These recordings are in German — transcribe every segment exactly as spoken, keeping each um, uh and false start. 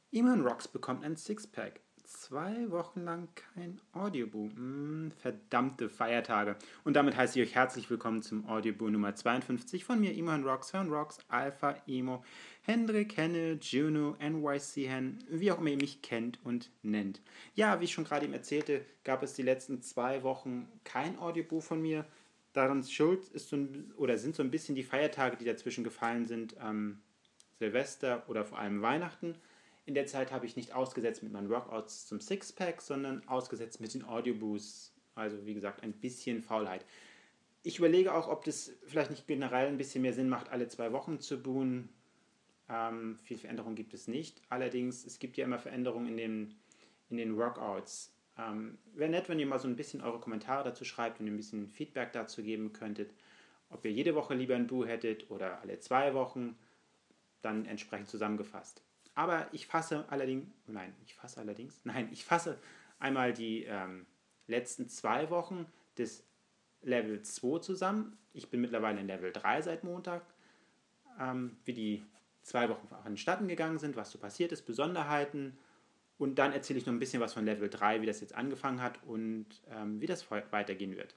Iman Rocks bekommt ein Sixpack. Zwei Wochen lang kein Audioboo. Mm, verdammte Feiertage. Und damit heiße ich euch herzlich willkommen zum Audioboo Nummer zweiundfünfzig von mir, Iman Rocks, Hören Rocks, Alpha, Emo, Hendrik, Henne, Juno, N Y C Hen, wie auch immer ihr mich kennt und nennt. Ja, wie ich schon gerade eben erzählte, gab es die letzten zwei Wochen kein Audioboo von mir. Daran schuld ist so ein, oder sind so ein bisschen die Feiertage, die dazwischen gefallen sind, ähm, Silvester oder vor allem Weihnachten. In der Zeit habe ich nicht ausgesetzt mit meinen Workouts zum Sixpack, sondern ausgesetzt mit den Audioboos. Also wie gesagt, ein bisschen Faulheit. Ich überlege auch, ob das vielleicht nicht generell ein bisschen mehr Sinn macht, alle zwei Wochen zu buhen. Ähm, viel Veränderung gibt es nicht. Allerdings, es gibt ja immer Veränderungen in den, in den Workouts. Ähm, Wäre nett, wenn ihr mal so ein bisschen eure Kommentare dazu schreibt und ein bisschen Feedback dazu geben könntet. Ob ihr jede Woche lieber ein Boo hättet oder alle zwei Wochen, dann entsprechend zusammengefasst. Aber ich fasse allerdings, nein, ich fasse allerdings, nein, ich fasse einmal die ähm, letzten zwei Wochen des Level zwei zusammen. Ich bin mittlerweile in Level drei seit Montag. Ähm, wie die zwei Wochen vonstatten gegangen sind, was so passiert ist, Besonderheiten. Und dann erzähle ich noch ein bisschen was von Level drei, wie das jetzt angefangen hat und ähm, wie das weitergehen wird.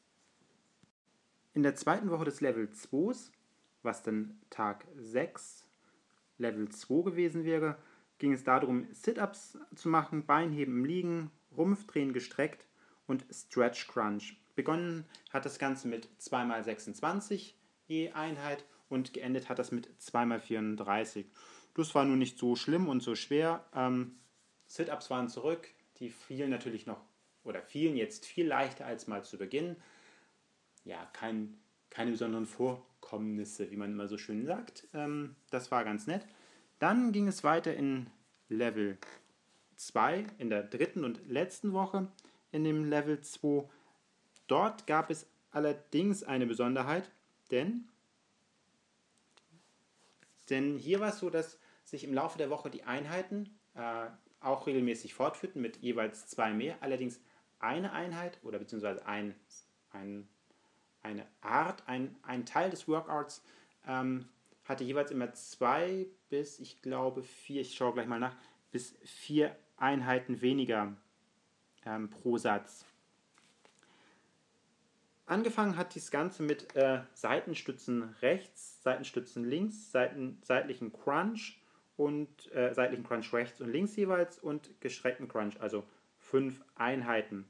In der zweiten Woche des Level zwei, was dann Tag sechs Level zwei gewesen wäre, ging es darum, Sit-Ups zu machen, Beinheben im Liegen, Rumpfdrehen gestreckt und Stretch Crunch. Begonnen hat das Ganze mit zwei mal sechsundzwanzig je Einheit und geendet hat das mit zwei mal vierunddreißig. Das war nun nicht so schlimm und so schwer. Ähm, Sit-Ups waren zurück, die fielen natürlich noch oder fielen jetzt viel leichter als mal zu Beginn. Ja, kein, keine besonderen Vorkommnisse, wie man immer so schön sagt. Ähm, das war ganz nett. Dann ging es weiter in Level zwei, in der dritten und letzten Woche in dem Level zwei. Dort gab es allerdings eine Besonderheit, denn, denn hier war es so, dass sich im Laufe der Woche die Einheiten äh, auch regelmäßig fortführten mit jeweils zwei mehr. Allerdings eine Einheit oder beziehungsweise ein, ein, eine Art, ein, ein Teil des Workouts ähm, hatte jeweils immer zwei bis, ich glaube, vier, ich schaue gleich mal nach, bis vier Einheiten weniger ähm, pro Satz. Angefangen hat das Ganze mit äh, Seitenstützen rechts, Seitenstützen links, Seiten, seitlichen Crunch und äh, seitlichen Crunch rechts und links jeweils und gestreckten Crunch, also fünf Einheiten.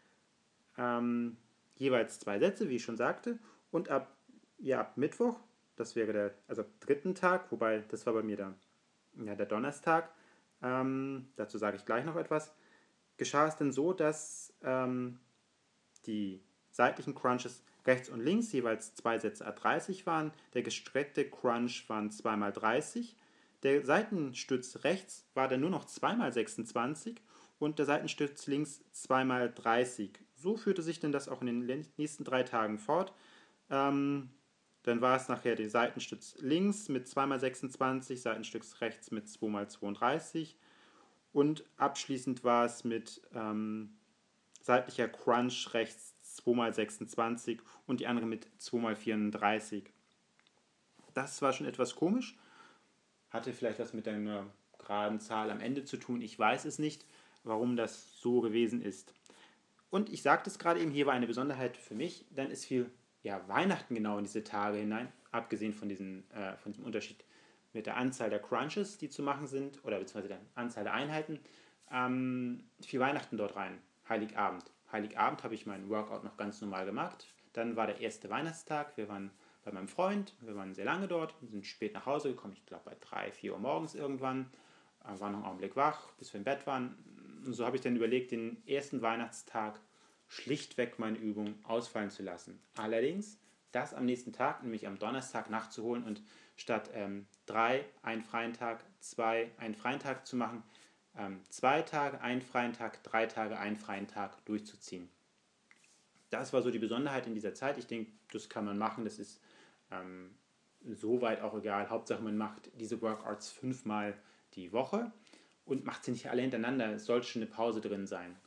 Ähm, jeweils zwei Sätze, wie ich schon sagte, und ab, ja, ab Mittwoch, das wäre der also dritten Tag, wobei das war bei mir der, ja, der Donnerstag, ähm, dazu sage ich gleich noch etwas, geschah es denn so, dass ähm, die seitlichen Crunches rechts und links jeweils zwei Sätze a dreißig waren, der gestreckte Crunch waren zwei mal dreißig, der Seitenstütz rechts war dann nur noch zwei mal sechsundzwanzig und der Seitenstütz links zwei mal dreißig. So führte sich denn das auch in den nächsten drei Tagen fort. Ähm, dann war es nachher der Seitenstütz links mit zwei mal sechsundzwanzig, Seitenstütz rechts mit zwei mal zweiunddreißig und abschließend war es mit ähm, seitlicher Crunch rechts zwei mal sechsundzwanzig und die andere mit zwei mal vierunddreißig. Das war schon etwas komisch. Hatte vielleicht was mit einer geraden Zahl am Ende zu tun. Ich weiß es nicht, warum das so gewesen ist. Und ich sagte es gerade eben, hier war eine Besonderheit für mich. Dann ist viel ja, Weihnachten genau in diese Tage hinein, abgesehen von, diesen, äh, von diesem Unterschied mit der Anzahl der Crunches, die zu machen sind, oder beziehungsweise der Anzahl der Einheiten, ähm, viel Weihnachten dort rein. Heiligabend. Heiligabend habe ich meinen Workout noch ganz normal gemacht. Dann war der erste Weihnachtstag. Wir waren bei meinem Freund. Wir waren sehr lange dort, sind spät nach Hause gekommen. Ich glaube bei drei, vier Uhr morgens irgendwann. Äh, waren noch einen Augenblick wach, bis wir im Bett waren. Und so habe ich dann überlegt, den ersten Weihnachtstag schlichtweg meine Übung ausfallen zu lassen. Allerdings das am nächsten Tag, nämlich am Donnerstag, nachzuholen und statt ähm, drei einen freien Tag, zwei einen freien Tag zu machen, ähm, zwei Tage einen freien Tag, drei Tage einen freien Tag durchzuziehen. Das war so die Besonderheit in dieser Zeit. Ich denke, das kann man machen. Das ist ähm, soweit auch egal. Hauptsache, man macht diese Workouts fünfmal die Woche und macht sie nicht alle hintereinander. Es sollte schon eine Pause drin sein.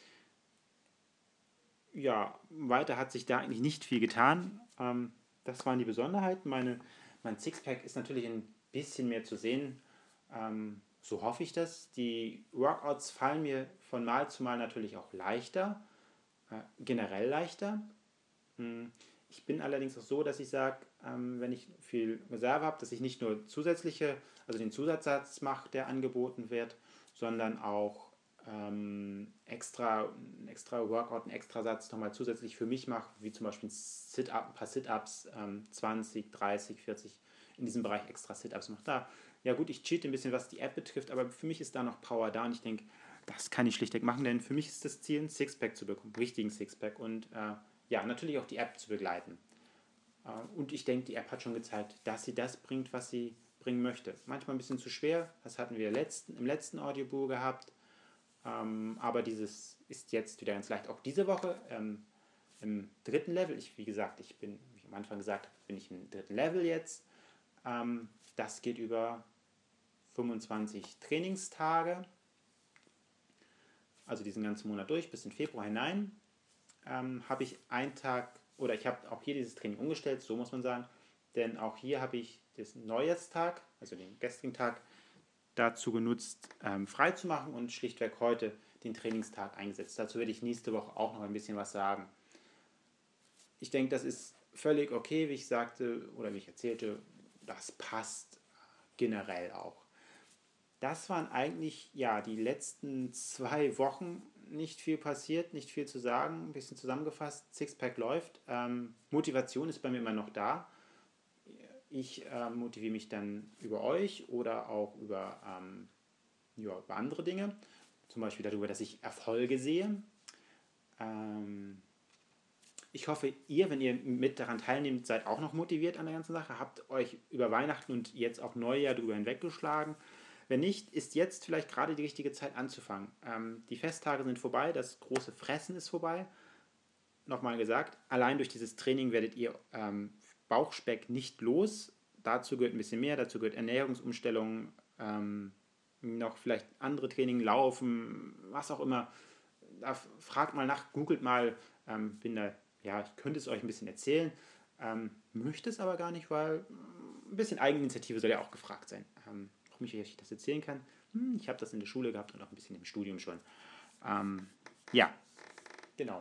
Ja, weiter hat sich da eigentlich nicht viel getan. Ähm, das waren die Besonderheiten. Meine, mein Sixpack ist natürlich ein bisschen mehr zu sehen. Ähm, so hoffe ich das. Die Workouts fallen mir von Mal zu Mal natürlich auch leichter, äh, generell leichter. Hm. Ich bin allerdings auch so, dass ich sage, ähm, wenn ich viel Reserve habe, dass ich nicht nur zusätzliche, also den Zusatzsatz mache, der angeboten wird, sondern auch ähm, extra, ein extra Workout, einen extra Satz nochmal zusätzlich für mich mache, wie zum Beispiel ein, Sit-up, ein paar Sit-Ups, ähm, zwanzig, dreißig, vierzig, in diesem Bereich extra Sit-Ups mache. Da, ja gut, ich cheate ein bisschen, was die App betrifft, aber für mich ist da noch Power da und ich denke, das kann ich schlichtweg machen, denn für mich ist das Ziel, ein Sixpack zu bekommen, einen richtigen Sixpack und äh, ja, natürlich auch die App zu begleiten. Äh, und ich denke, die App hat schon gezeigt, dass sie das bringt, was sie bringen möchte. Manchmal ein bisschen zu schwer, das hatten wir letzten, im letzten Audiobook gehabt, ähm, aber dieses ist jetzt wieder ganz leicht. Auch diese Woche ähm, im dritten Level, ich, wie gesagt, ich bin, wie ich am Anfang gesagt habe, bin ich im dritten Level jetzt. Ähm, das geht über fünfundzwanzig Trainingstage, also diesen ganzen Monat durch, bis in Februar hinein. Ähm, habe ich einen Tag, oder ich habe auch hier dieses Training umgestellt, so muss man sagen, denn auch hier habe ich den Neujahrstag, also den gestrigen Tag, dazu genutzt, ähm, frei zu machen und schlichtweg heute den Trainingstag eingesetzt. Dazu werde ich nächste Woche auch noch ein bisschen was sagen. Ich denke, das ist völlig okay, wie ich sagte oder wie ich erzählte, das passt generell auch. Das waren eigentlich ja die letzten zwei Wochen, nicht viel passiert, nicht viel zu sagen, ein bisschen zusammengefasst, Sixpack läuft. Ähm, Motivation ist bei mir immer noch da. Ich äh, motiviere mich dann über euch oder auch über, ähm, ja, über andere Dinge. Zum Beispiel darüber, dass ich Erfolge sehe. Ähm, ich hoffe, ihr, wenn ihr mit daran teilnehmt, seid auch noch motiviert an der ganzen Sache. Habt euch über Weihnachten und jetzt auch Neujahr darüber hinweggeschlagen. Wenn nicht, ist jetzt vielleicht gerade die richtige Zeit anzufangen. Ähm, die Festtage sind vorbei, das große Fressen ist vorbei. Nochmal gesagt, allein durch dieses Training werdet ihr ähm, Bauchspeck nicht los. Dazu gehört ein bisschen mehr, dazu gehört Ernährungsumstellung, ähm, noch vielleicht andere Training, Laufen, was auch immer. Da fragt mal nach, googelt mal, ähm, bin da, ja, ich könnte es euch ein bisschen erzählen, ähm, möchte es aber gar nicht, weil ein bisschen Eigeninitiative soll ja auch gefragt sein. Ähm, warum ich euch das erzählen kann, hm, ich habe das in der Schule gehabt und auch ein bisschen im Studium schon. Ähm, ja, genau.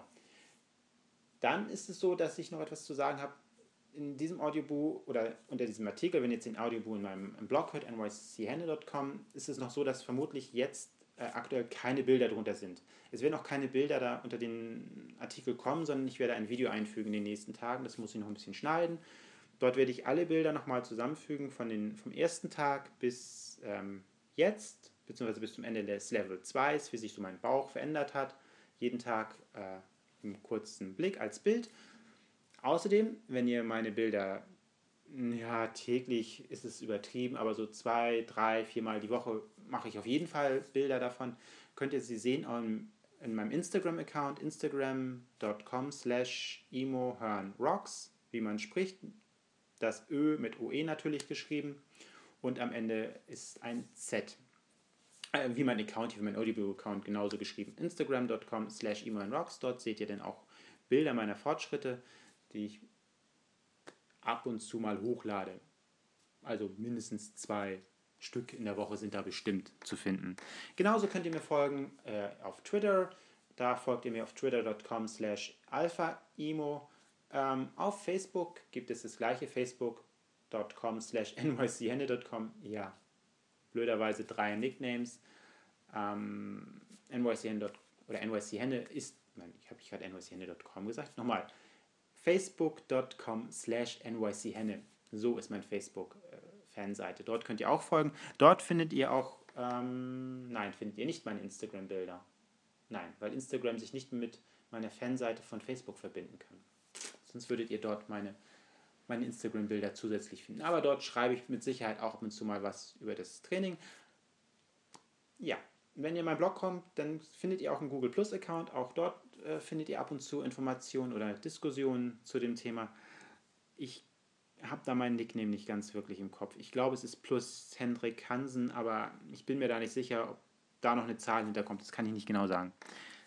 Dann ist es so, dass ich noch etwas zu sagen habe. In diesem Audiobook oder unter diesem Artikel, wenn ihr jetzt den Audiobook in meinem Blog hört, n y c henne punkt com, ist es noch so, dass vermutlich jetzt äh, aktuell keine Bilder drunter sind. Es werden auch keine Bilder da unter den Artikel kommen, sondern ich werde ein Video einfügen in den nächsten Tagen. Das muss ich noch ein bisschen schneiden. Dort werde ich alle Bilder nochmal zusammenfügen von den, vom ersten Tag bis ähm, jetzt, beziehungsweise bis zum Ende des Level zwei, wie sich so mein Bauch verändert hat. Jeden Tag äh, im kurzen Blick als Bild. Außerdem, wenn ihr meine Bilder, ja, täglich ist es übertrieben, aber so zwei, drei, viermal die Woche mache ich auf jeden Fall Bilder davon, könnt ihr sie sehen in, in meinem Instagram-Account, instagram punkt com slash imohernrocks, wie man spricht. Das Ö mit O E natürlich geschrieben und am Ende ist ein Z. Äh, wie mein Account, wie mein Audible-Account genauso geschrieben. instagram punkt com slash imohernrocks, dort seht ihr dann auch Bilder meiner Fortschritte, die ich ab und zu mal hochlade. Also mindestens zwei Stück in der Woche sind da bestimmt zu finden. Genauso könnt ihr mir folgen äh, auf Twitter. Da folgt ihr mir auf twitter punkt com slash alphaimo. Ähm, auf Facebook gibt es das gleiche, facebook punkt com slash n y c henne punkt com. Ja, blöderweise drei Nicknames. Ähm, nychenne oder nychenne ist, nein, ich habe gerade n y c henne punkt com gesagt. Nochmal, facebook punkt com slash nychenne. So ist mein Facebook-Fanseite. Dort könnt ihr auch folgen. Dort findet ihr auch, ähm, nein, findet ihr nicht meine Instagram-Bilder. Nein, weil Instagram sich nicht mit meiner Fanseite von Facebook verbinden kann. Sonst würdet ihr dort meine, meine Instagram-Bilder zusätzlich finden. Aber dort schreibe ich mit Sicherheit auch ab und zu mal was über das Training. Ja, wenn ihr in meinen Blog kommt, dann findet ihr auch einen Google Plus Account. Auch dort äh, findet ihr ab und zu Informationen oder Diskussionen zu dem Thema. Ich habe da meinen Nickname nicht ganz wirklich im Kopf. Ich glaube, es ist Plus Hendrik Hansen, aber ich bin mir da nicht sicher, ob da noch eine Zahl hinterkommt. Das kann ich nicht genau sagen.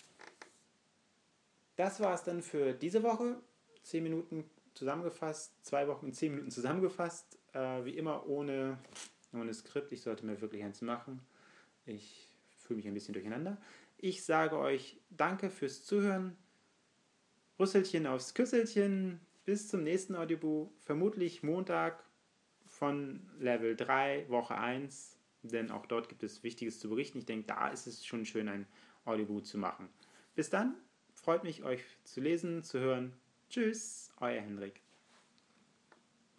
Das war es dann für diese Woche. Zehn Minuten zusammengefasst, zwei Wochen in zehn Minuten zusammengefasst. Äh, wie immer ohne, ohne Skript. Ich sollte mir wirklich eins machen. Ich fühle mich ein bisschen durcheinander. Ich sage euch danke fürs Zuhören. Rüsselchen aufs Küsselchen. Bis zum nächsten Audiobook. Vermutlich Montag von Level drei, Woche eins. Denn auch dort gibt es Wichtiges zu berichten. Ich denke, da ist es schon schön, ein Audiobook zu machen. Bis dann. Freut mich, euch zu lesen, zu hören. Tschüss, euer Hendrik.